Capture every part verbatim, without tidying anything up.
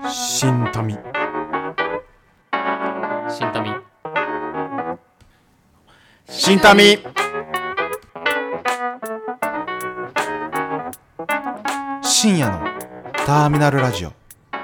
新民新民新民深夜のターミナルラジオ。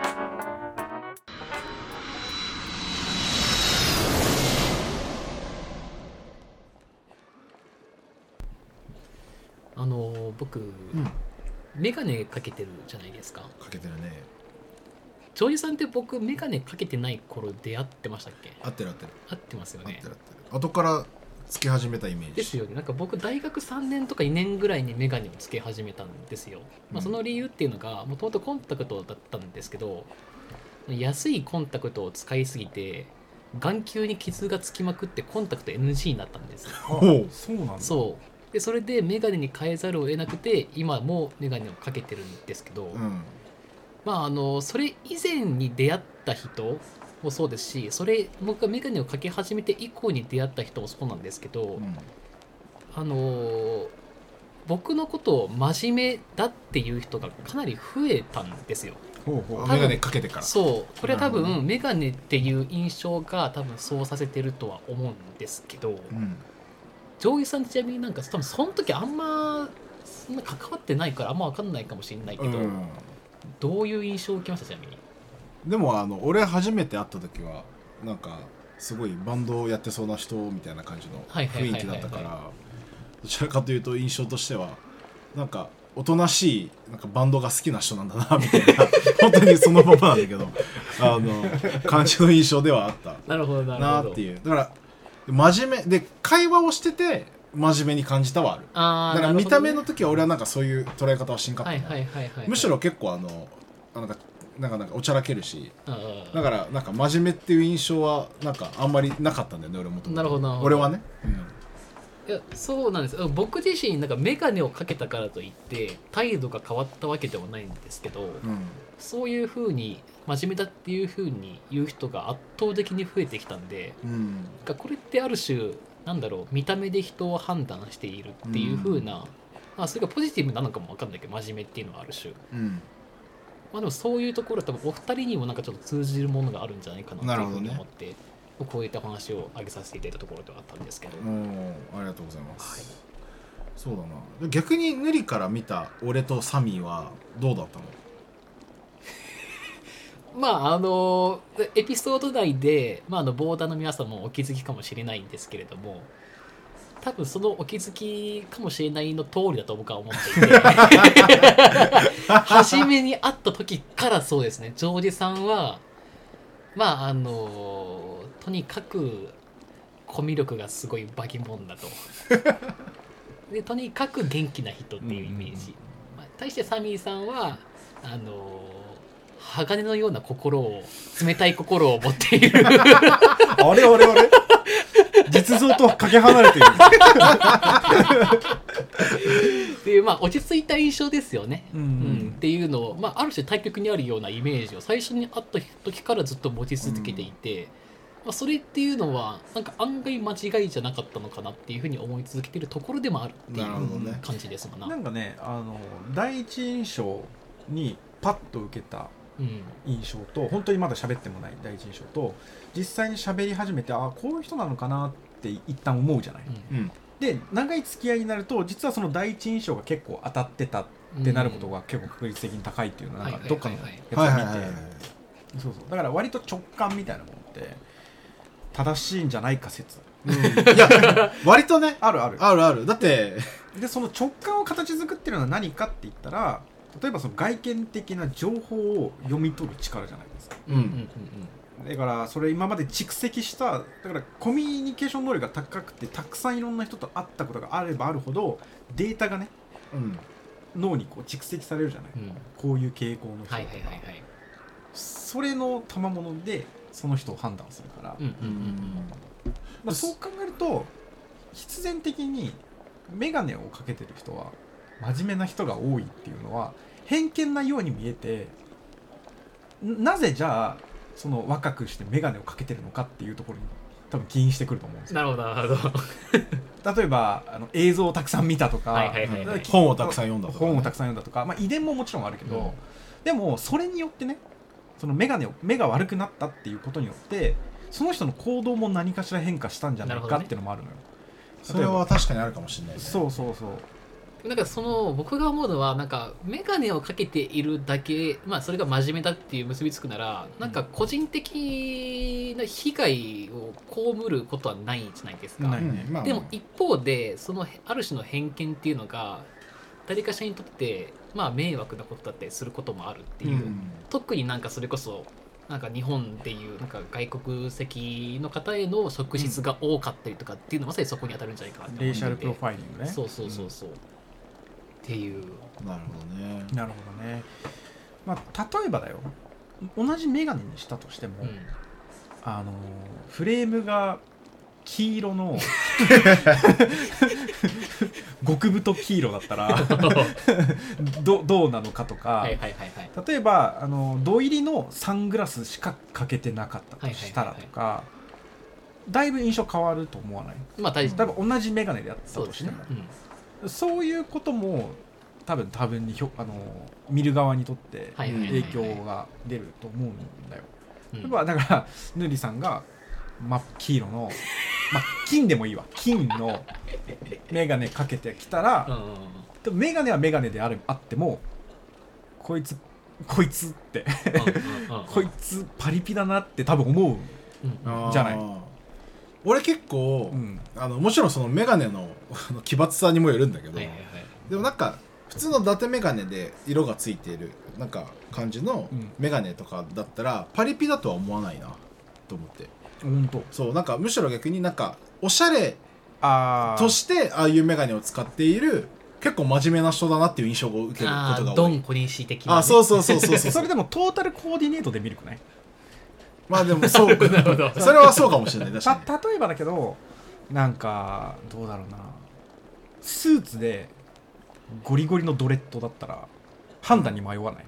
あの僕、うん、メガネかけてるじゃないですか。 かけてるね。 ジョージさんって僕メガネかけてない頃出会ってましたっけ？ 合ってる合ってる合ってますよね。 合ってる合ってる。後からつけ始めたイメージですよね。なんか僕大学さんねんとかにねんぐらいにメガネをつけ始めたんですよ、うんまあ、その理由っていうのがもともとコンタクトだったんですけど、安いコンタクトを使いすぎて眼球に傷がつきまくってコンタクト エヌジー になったんですよ。 あ、そうなんだ。 そうでそれでメガネに変えざるを得なくて今もメガネをかけてるんですけど、うん、まああのそれ以前に出会った人もそうですし、それ僕がメガネをかけ始めて以降に出会った人もそうなんですけど、うん、あの僕のことを真面目だっていう人がかなり増えたんですよ。 ほうほう、メガネかけてから。 そうこれは多分メガネっていう印象が多分そうさせてるとは思うんですけど、うん、ジョーイさんちなみになんか多分その時あんまそんな関わってないからあんま分かんないかもしれないけど、うん、どういう印象を受けました？ちなみに。 でもあの俺初めて会った時はなんかすごいバンドをやってそうな人みたいな感じの雰囲気だったから、どちらかというと印象としてはなんかおとなしいなんかバンドが好きな人なんだなみたいな本当にそのままなんだけどあの感じの印象ではあったなるほどなるほどなっていう。だから真面目で会話をしてて真面目に感じたはある。 あだから見た目の時は俺はなんかそういう捉え方はしんかったの。むしろ結構あのなんかなんかなんかおちゃらけるし、だからなんか真面目っていう印象はなんかあんまりなかったんだよね俺もともと。 なるほど俺はね、うん、 いやそうなんです。僕自身なんかメガネをかけたからといって態度が変わったわけではないんですけど、うん、そういう風に真面目だっていう風に言う人が圧倒的に増えてきたんで、うん、これってある種なんだろう見た目で人を判断しているっていう風な、うんまあ、それがポジティブなのかも分かんないけど真面目っていうのはある種、うんまあ、でもそういうところは多分お二人にもなんかちょっと通じるものがあるんじゃないかなというふうに思って、ね、こういった話を挙げさせていただいたところではあったんですけど。 ありがとうございます、はい、そうだな。逆にヌリから見た俺とサミーはどうだったの？ まああのエピソード内で、まあ、あのボーダーの皆さんもお気づきかもしれないんですけれども、多分そのお気づきかもしれないの通りだと僕は思っていて初めに会った時からそうですね。ジョージさんはまああのとにかくコミュ力がすごいバキモンだとでとにかく元気な人っていうイメージ、まあ、対してサミーさんはあの鋼のような心を冷たい心を持っているあれあれあれ実像とかけ離れているっていう、まあ、落ち着いた印象ですよね、うんうん、っていうのを、まあ、ある種対極にあるようなイメージを最初に会った時からずっと持ち続けていて、うんまあ、それっていうのはなんか案外間違いじゃなかったのかなっていうふうに思い続けているところでもあるっていう感じですもんな。 なんかねあの第一印象にパッと受けた印象と、うん、本当にまだ喋ってもない第一印象と実際に喋り始めてあこういう人なのかなって一旦思うじゃない、うん、で長い付き合いになると実はその第一印象が結構当たってたってなることが結構確率的に高いっていうのはなんかどっかのやつを見てそうそうだから割と直感みたいなものって正しいんじゃないか説、 うん、いや割とねあるあるあるあるだってでその直感を形作ってるのは何かって言ったら例えばその外見的な情報を読み取る力じゃないですか、うんうんうんうん、だからそれ今まで蓄積しただからコミュニケーション能力が高くてたくさんいろんな人と会ったことがあればあるほどデータがね、うん、脳にこう蓄積されるじゃない、うん、こういう傾向の人とか、はいはいはいはい、それの賜物でその人を判断するから、うんうんうんうんまあ、そう考えると必然的にメガネをかけてる人は真面目な人が多いっていうのは偏見なように見えてなぜじゃあその若くしてメガネをかけてるのかっていうところに多分起因してくると思うんですよ。 なるほどなるほど例えばあの映像をたくさん見たとか、はいはいはいはい、 本をたくさん読んだとか、 ね、本をたくさん読んだとか、まあ、遺伝ももちろんあるけど、うん、でもそれによってねその眼鏡を目が悪くなったっていうことによってその人の行動も何かしら変化したんじゃないかっていうのもあるのよ、ね、 それは確かにあるかもしれないね。 そうそうそう。 なんかその僕が思うのはなんか眼鏡をかけているだけ、まあ、それが真面目だっていう結びつくならなんか個人的な被害を被ることはないじゃないですか、 ないね。 でも一方でそのある種の偏見っていうのが誰かしらにとってまあ迷惑なことだったりすることもあるっていう、うん、特になんかそれこそなんか日本でいうなんか外国籍の方への職質が多かったりとかっていうのはまさにそこに当たるんじゃないかなって思ってて、 レイシャルプロファイリングね。 そうそうそうそう、うん、っていう。 なるほどね。 なるほどね。まあ例えばだよ、同じメガネにしたとしても、うん、あのフレームが黄色の極太黄色だったらど, どうなのかとか、はいはいはいはい、例えばあの銅入りのサングラスしかかけてなかったとしたらとか、はいはいはいはい、だいぶ印象変わると思わない？まあ大事。多分同じメガネでやったとしても そうですね、うん、そういうことも多分多分にあの見る側にとって影響が出ると思うんだよ。例えばだからヌリさんが真っ黄色のまあ、金でもいいわ、金のメガネかけてきたら、でもメガネはメガネであるあってもこいつこいつってこいつパリピだなって多分思うじゃない。 俺結構、うん、あのもちろんそのメガネの奇抜さにもよるんだけど、はいはいはい、でもなんか普通の伊達メガネで色がついているなんか感じのメガネとかだったら、うん、パリピだとは思わないなと思って。 本当。 そう、なんかむしろ逆になんかおしゃれとしてああいうメガネを使っている結構真面目な人だなっていう印象を受けることが多い。 ドン小西的な、ね、 あ、そうそうそうそうそうそれでもトータルコーディネートで見るくない？ まあでもそうそれはそうかもしれない。確かに。 た例えばだけどなんかどうだろうな、スーツでゴリゴリのドレッドだったら判断に迷わない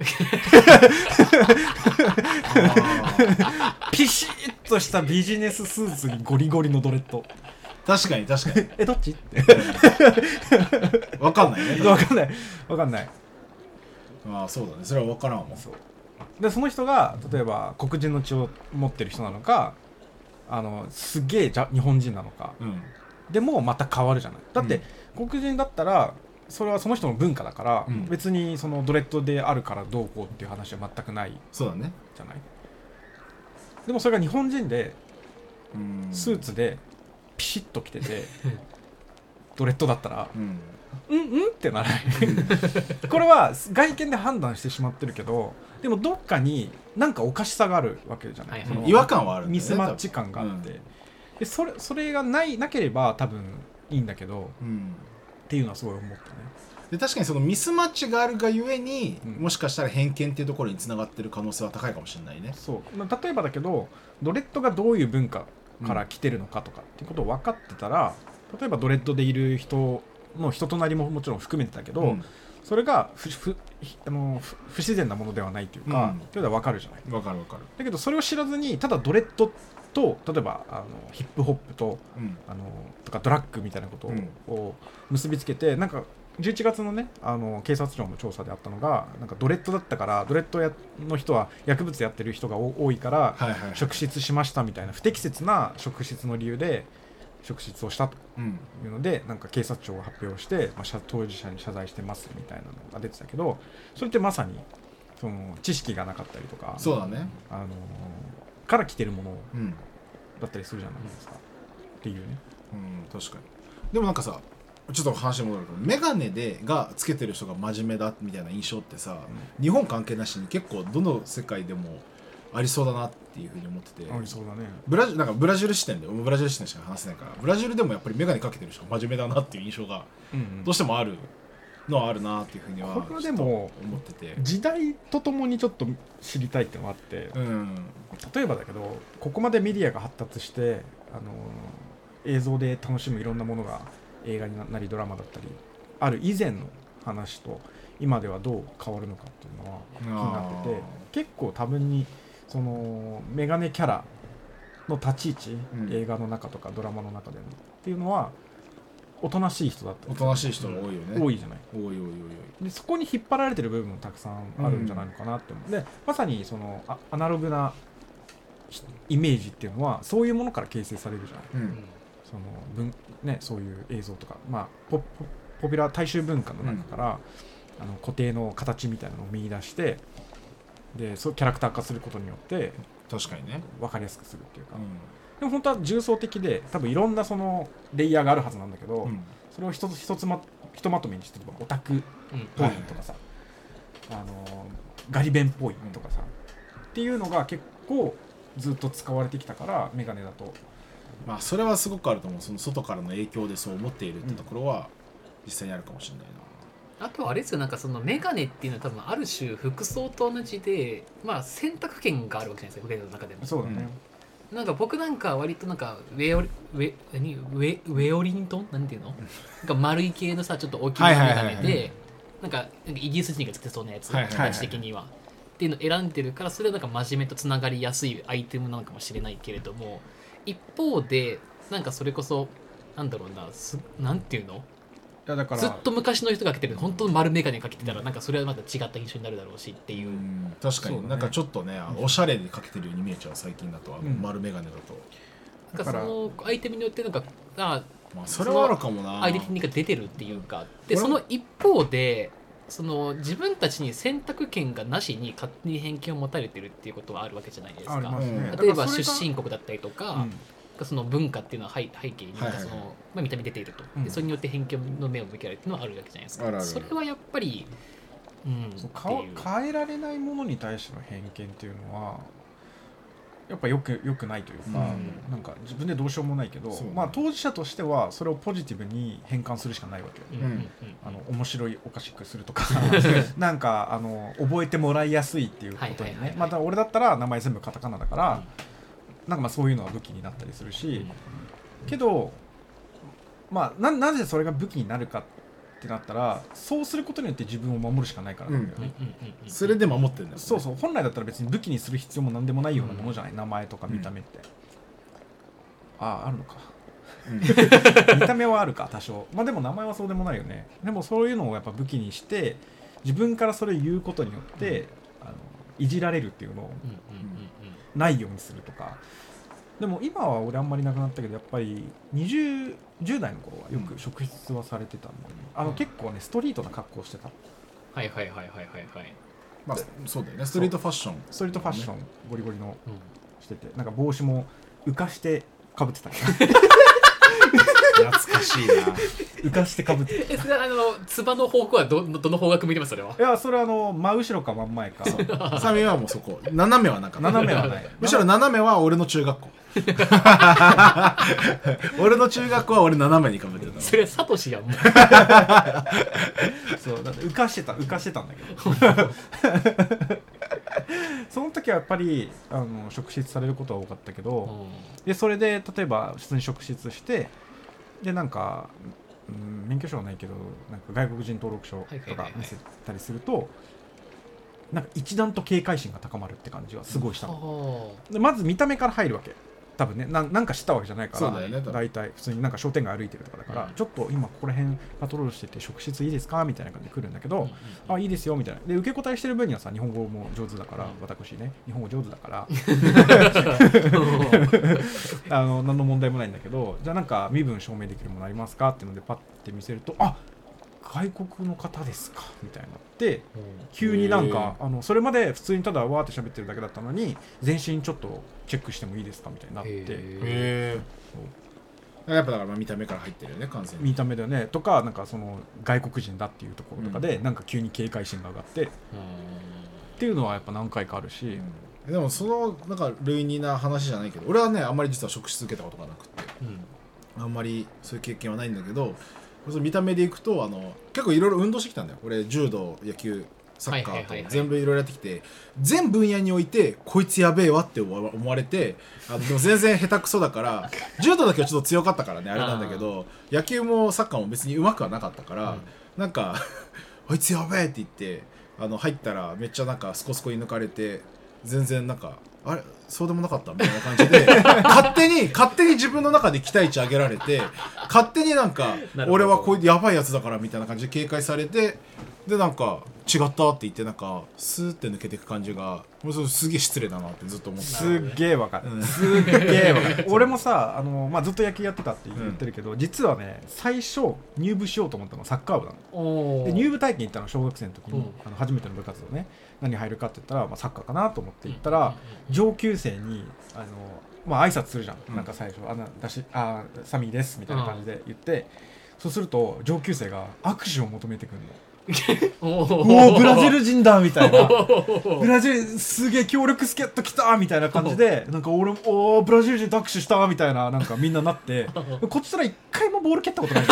ピシッとしたビジネススーツにゴリゴリのドレッド。 確かに確かにえどっちって分かんないね。 分かんない分かんない。 ああそうだね、それは分からんもん。 そうでその人が例えば黒人の血を持ってる人なのか、あのすげえじゃ日本人なのか、うん、でもまた変わるじゃない。だって、うん、黒人だったらそれはその人の文化だから、うん、別にそのドレッドであるからどうこうっていう話は全くない。 そうだね。 じゃない。でもそれが日本人でスーツでピシッと着ててドレッドだったら、うん、うんうんってならないこれは外見で判断してしまってるけど、でもどっかになんかおかしさがあるわけじゃない、はいはい、 違和感はあるんだね、ミスマッチ感があって、うん、でそれそれがないなければ多分いいんだけど、うん、っていうのはすごい思ったね。 で確かにそのミスマッチがあるがゆえに、うん、もしかしたら偏見っていうところにつながってる可能性は高いかもしれないね。 そう、まあ、例えばだけどドレッドがどういう文化から来てるのかとかっていうことを分かってたら、うん、例えばドレッドでいる人の人となりももちろん含めてだけど、うん、それが不, 不, あの不自然なものではないというか、うん、っていうのは分かるじゃない。 分かる分かる。 だけどそれを知らずにただドレッドと例えばあのヒップホップと、うん、あのとかドラッグみたいなことを結びつけて、なんかじゅういちがつのねあの警察庁の調査であったのが、なんかドレッドだったからドレッドやの人は薬物やってる人が多いから、はいはいはい、職質しましたみたいな不適切な職質の理由で職質をしたというので、うん、なんか警察庁が発表して、まあ、当事者に謝罪してますみたいなのが出てたけど、それってまさにその知識がなかったりとか、 そうだね、 あのから来てるものだったりするじゃないですか、うん、っていうね。 うん、確かに。でもなんかさ、ちょっと話戻るとメガネでがつけてる人が真面目だみたいな印象ってさ、うん、日本関係なしに結構どの世界でもありそうだなっていうふうに思ってて、 ありそうだね。 ブラジルなんかブラジル視点でブラジル視点しか話せないから、ブラジルでもやっぱりメガネかけてる人が真面目だなっていう印象がどうしてもあるのはあるなっていうふうにはこれはでも思ってて、時代とともにちょっと知りたいっていうのがあって、うん、例えばだけどここまでメディアが発達してあの映像で楽しむいろんなものが映画になりドラマだったりある以前の話と今ではどう変わるのかっていうのは気になってて、結構多分にそのメガネキャラの立ち位置、うん、映画の中とかドラマの中でのっていうのはおとなしい人だったり、 おとなしい人が多いよね、 多いじゃない。 多い多い多いでそこに引っ張られてる部分もたくさんあるんじゃないのかなって思う、うん、でまさにその ア, アナログなイメージっていうのはそういうものから形成されるじゃん、うん、その文、ね、そういう映像とか、まあ、ポ, ポ, ポピュラー大衆文化の中から、うん、あの固定の形みたいなのを見出してでそうキャラクター化することによって確かにね分かりやすくするっていうか、うん、でも本当は重層的で多分いろんなそのレイヤーがあるはずなんだけど、うん、それを一つ一つまひとまとめにしてオタクっぽいとかさ、うんはいはい、あのガリ弁っぽいとかさ、うん、っていうのが結構ずっと使われてきたからメガネだとまあそれはすごくあると思う。その外からの影響でそう思っているってところは実際にあるかもしれないな、うん、あとはあれですよ、なんかそのメガネっていうのは多分ある種服装と同じでまあ選択権があるわけじゃないですか、メガネの中でも。 そうだね、 うん、なんか僕なんか割となんかウェオリウェ何ウェウェオリントンなんていうのなんか丸い系のさちょっと大きなメガネでなんかイギリス人がつけそうなやつ、はいはいはいはい、形的にはっていうのを選んでるから、それはなんか真面目とつながりやすいアイテムなのかもしれないけれども、一方でなんかそれこそなんだろうな、すなんていうの、いやだからずっと昔の人がかけてる本当の丸メガネかけてたらなんかそれはまた違った印象になるだろうしっていう、うん、 確かに、ね、なんかちょっとねあのおしゃれにかけてるように見えちゃう最近だと、あの丸メガネだと、 うん、なんかそのアイテムによってなんかあ、 まあ、それはあるかもな、 アイデンティティが出てるっていうか、でその一方でその自分たちに選択権がなしに勝手に偏見を持たれてるっていうことはあるわけじゃないですか。ありますね。例えば出身国だったりとか、うん、その文化っていうのは背景になんかその、はいはいはい、まあ、見た目出ていると、うん、でそれによって偏見の目を向けられるっていうのはあるわけじゃないですか。あるある。それはやっぱり、うん、 そう変えられないものに対しての偏見っていうのはやっぱよくよくないというか、うん、なんか自分でどうしようもないけど、まあ、当事者としてはそれをポジティブに変換するしかないわけ、うん、あの面白いおかしくするとかなんかあの覚えてもらいやすいっていうことにね、また俺だったら名前全部カタカナだから、うん、なんかまあそういうのが武器になったりするし、うん、けど、まあ、な, なぜそれが武器になるかってなったらそうすることによって自分を守るしかないからなんだよね、 うん、それで守ってるんだよね。 そうそう、本来だったら別に武器にする必要も何でもないようなものじゃない、うん、名前とか見た目って、うん、あああるのか、うん、見た目はあるか多少、まあでも名前はそうでもないよね。でもそういうのをやっぱ武器にして自分からそれを言うことによって、うん、あのいじられるっていうのをないようにするとか。でも今は俺あんまりなくなったけどやっぱりにじゅう、じゅう代の頃はよく職質はされてたんで、ね、うん、あの結構ねストリートな格好してた。 はいはいはいはいはいはい。 まあそうだよね、ストリートファッション、 ストリートファッション、ね、ゴリゴリのしてて、なんか帽子も浮かしてかぶってた懐かしいな浮かしてかぶってえ、それあのつばの方向は ど, どの方角向いてますそれは。 いやそれはあの真後ろか真ん前かサミはもうそこ斜めはなかった。 斜めはないむしろ斜めは俺の中学校俺の中学校は俺斜めにかぶってた。 それサトシやんもうそうだって浮かしてた浮かしてたんだけどその時はやっぱりあの職質されることは多かったけど、うん、でそれで例えば普通に職質してでなんか、うん、免許証はないけどなんか外国人登録書とか見せたりすると、はいはいはいはい、なんか一段と警戒心が高まるって感じはすごいしたの、うん、でまず見た目から入るわけ多分ね、な, なんか知ったわけじゃないから、ね、大体普通になんか商店街歩いてるとかだから、うん、ちょっと今ここら辺パトロールしてて職質いいですかみたいな感じで来るんだけど、うんうんうん、あいいですよみたいなで受け答えしてる分にはさ日本語も上手だから、うん、私ね日本語上手だからあの何の問題もないんだけどじゃあなんか身分証明できるものありますかっていうのでパッて見せるとあ外国の方ですかみたいになって、うん、急になんかあのそれまで普通にただわーって喋ってるだけだったのに全身ちょっとチェックしてもいいですかみたいになってへーやっぱだから見た目から入ってるよね完全に見た目だよねとかなんかその外国人だっていうところとかで、うん、なんか急に警戒心が上がってっていうのはやっぱ何回かあるし、 うん、でもそのなんか類似な話じゃないけど俺はねあんまり実は職質受けたことがなくて、うん、あんまりそういう経験はないんだけど見た目でいくとあの結構いろいろ運動してきたんだよ俺柔道野球サッカーと全部いろいろやってきて全分野においてこいつやべえわって思われてあのでも全然下手くそだから柔道だけはちょっと強かったからねあれなんだけど野球もサッカーも別に上手くはなかったから、うん、なんかあいつやべえって言ってあの入ったらめっちゃなんかスコスコに抜かれて全然なんかあれそうでもなかったみたいな感じで勝手に勝手に自分の中で期待値上げられて勝手になんか俺はこういうやばいやつだからみたいな感じで警戒されてでなんか違ったって言ってなんかスーって抜けていく感じがもうそれすげえ失礼だなってずっと思ってすっげえわかる、うん、すっげえわかる俺もさあの、まあ、ずっと野球やってたって言ってるけど、うん、実はね最初入部しようと思ったのはサッカー部なので入部体験行ったの小学生の時に、うん、あの初めての部活動ね何入るかって言ったら、まあ、サッカーかなと思って行ったら、うん、上級生にあのまあ挨拶するじゃん、うん、なんか最初あなだしあサミーですみたいな感じで言って、うん、そうすると上級生が握手を求めてくるのおおブラジル人だみたいなブラジルすげえ強力助っ人来たみたいな感じでなんか俺もおブラジル人と握手したみたいななんかみんななってこっちから一回もボール蹴ったことない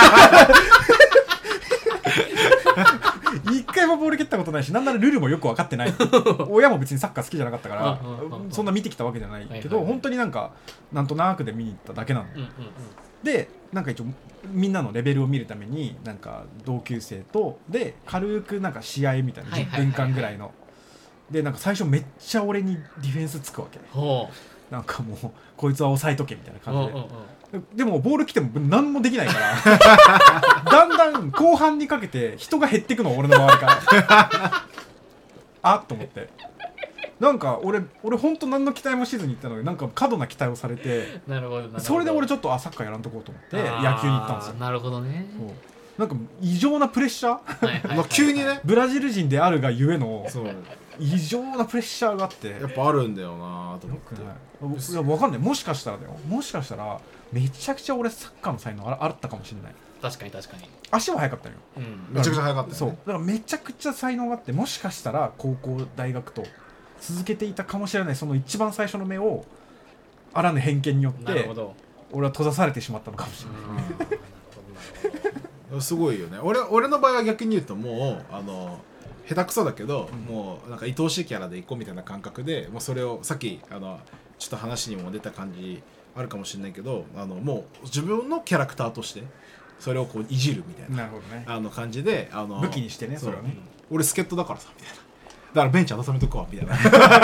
一回もボール蹴ったことないしなんならルールもよく分かってない親も別にサッカー好きじゃなかったからそんな見てきたわけじゃないけど本当になんかなんとなくで見に行っただけなの、うんうんうん、でなんか一応みんなのレベルを見るためになんか同級生とで軽くなんか試合みたいなじゅっぷんかんぐらいのでなんか最初めっちゃ俺にディフェンスつくわけなんかもうこいつは抑えとけみたいな感じでおうおうおうでもボール来ても何もできないからだんだん後半にかけて人が減ってくの俺の周りからあっと思ってなんか俺俺本当何の期待もしずに行ったのになんか過度な期待をされてなるほどなるほどそれで俺ちょっとあサッカーやらんとこうと思って野球に行ったんですよなるほどねそうなんか異常なプレッシャー、はいはいはい、 急にねブラジル人であるがゆえのそう異常なプレッシャーがあってやっぱあるんだよなと思っていや分かんないもしかしたらだよもしかしたらめちゃくちゃ俺サッカーの才能あったかもしれない確かに確かに足は速かったよ、 うん、めちゃくちゃ速かったよ、ね、 そうだからめちゃくちゃ才能があってもしかしたら高校大学と続けていたかもしれないその一番最初の目をあらぬ偏見によって俺は閉ざされてしまったのかもしれないすごいよね 俺, 俺の場合は逆に言うともうあの下手くそだけど、うん、もうなんか愛おしいキャラでいこうみたいな感覚でもうそれをさっきあのちょっと話にも出た感じあるかもしれないけどあのもう自分のキャラクターとしてそれをこういじるみたい な, なるほど、ね、 あの感じであの武器にしてねそれをね俺助っ人だからさみたいなだからベンチ温めとくわみたいな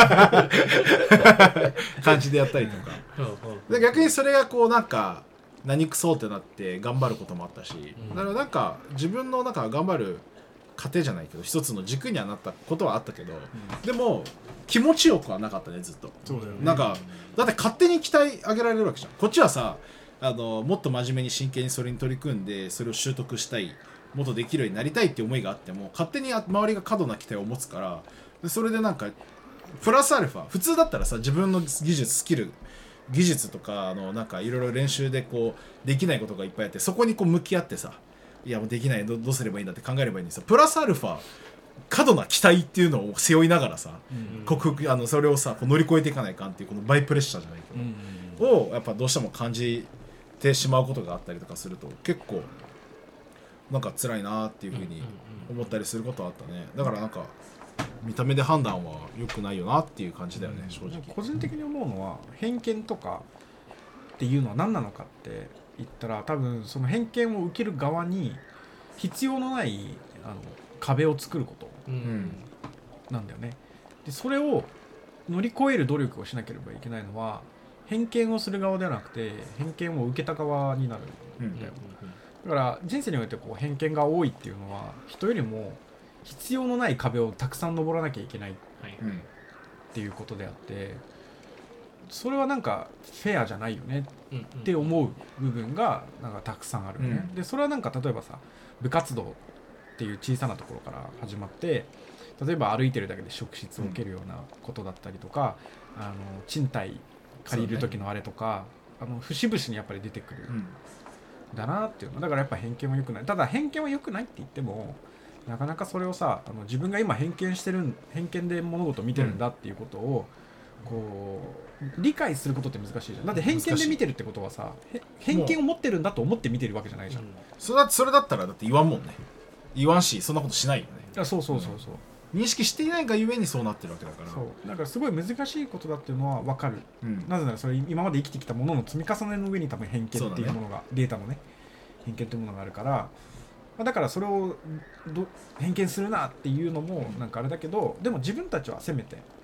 感じでやったりとかで逆にそれがこうなんか何くそうってなって頑張ることもあったし、うん、だからなんか自分のなんか頑張る過程じゃないけど一つの軸にはなったことはあったけど、うん、でも気持ちよくはなかったねずっとそうだよねなんかだって勝手に期待上げられるわけじゃんこっちはさあのもっと真面目に真剣にそれに取り組んでそれを習得したいもっとできるようになりたいっていう思いがあっても勝手に周りが過度な期待を持つからでそれでなんかプラスアルファ普通だったらさ自分の技術スキル技術とかあのなんかいろいろ練習でこうできないことがいっぱいあってそこにこう向き合ってさいやもうできない ど, どうすればいいんだって考えればいいんですよプラスアルファ過度な期待っていうのを背負いながらさ、うんうん、克服あのそれをさこう乗り越えていかないかんっていうこのバイプレッシャーじゃないけど、うんうん、をやっぱどうしても感じてしまうことがあったりとかすると結構なんか辛いなっていうふうに思ったりすることはあったねだからなんか見た目で判断は良くないよなっていう感じだよね、うん、正直個人的に思うのは偏見とかっていうのは何なのかって言ったら多分その偏見を受ける側に必要のないあの壁を作ることなんだよね、うん、でそれを乗り越える努力をしなければいけないのは偏見をする側ではなくて偏見を受けた側になるんだよ、うんうんうん、だから人生においてこう偏見が多いっていうのは人よりも必要のない壁をたくさん登らなきゃいけないっていうことであってそれはなんかフェアじゃないよねって思う部分がなんかたくさんあるよね、うん、でそれはなんか例えばさ部活動っていう小さなところから始まって例えば歩いてるだけで職質を受けるようなことだったりとか、うん、あの賃貸借りる時のあれとか、ね、あの節々にやっぱり出てくる、うん、だなっていうのだからやっぱ偏見は良くないただ偏見は良くないって言ってもなかなかそれをさあの自分が今偏見してる偏見で物事を見てるんだっていうことを、うん、こう理解することって難しいじゃんだって偏見で見てるってことはさ偏見を持ってるんだと思って見てるわけじゃないじゃん、うん、 それだってそれだったらだって言わんもんね言わんしそんなことしないよねあそうそうそうそう、 うん、認識していないがゆえにそうなってるわけだからそうだからすごい難しいことだっていうのは分かる、うん、なぜならそれ今まで生きてきたものの積み重ねの上に多分偏見っていうものが、ね、データのね偏見というものがあるからだからそれをど偏見するなっていうのもなんかあれだけどでも自分たちはせめて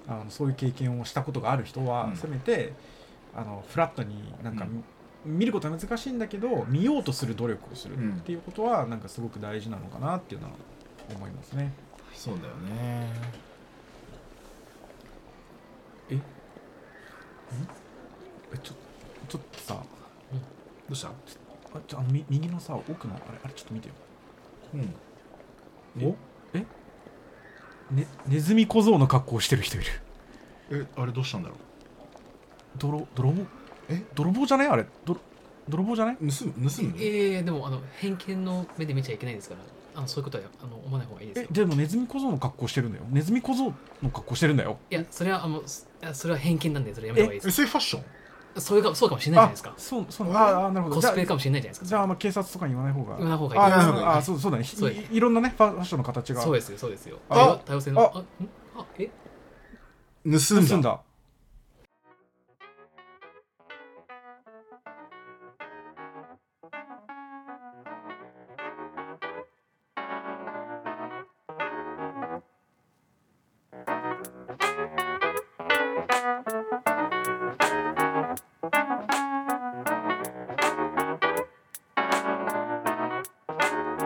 あのそういう経験をしたことがある人は、うん、せめてあのフラットになんか、うん、見ることは難しいんだけど見ようとする努力をするっていうことは、うん、なんかすごく大事なのかなっていうのは思いますね。 そうだよね。 ええちょちょっとさ、 うん、どうした？ ちょあちょあの右のさ奥のあれあれちょっと見てよ。 うん。おえねネズミ小僧の格好をしてる人いる。 えあれどうしたんだろう。 泥泥棒え泥棒じゃないあれど泥棒じゃない？ 盗む盗む。 えー、でもあの偏見の目で見ちゃいけないんですから。あのそういうことはあの思わない方がいいですよ。 えでもネズミ小僧の格好してるんだよ。ネズミ小僧の格好してるんだよ。 いやそれはあのそれは偏見なんでそれやめた方がいいです。 えそれファッション？ そういうかそうかもしれないじゃないですか。 そうそうああなるほど。 コスプレかもしれないじゃないですか。 じゃあ、まあ、警察とかに言わない方が言わない方がいいです。 ああそうそうだね。い, いろんなねファッションの形が。 そうですよそうですよ。 あ多様性のああえ盗んだ。盗んだ。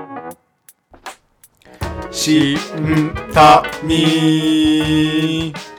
しんたみ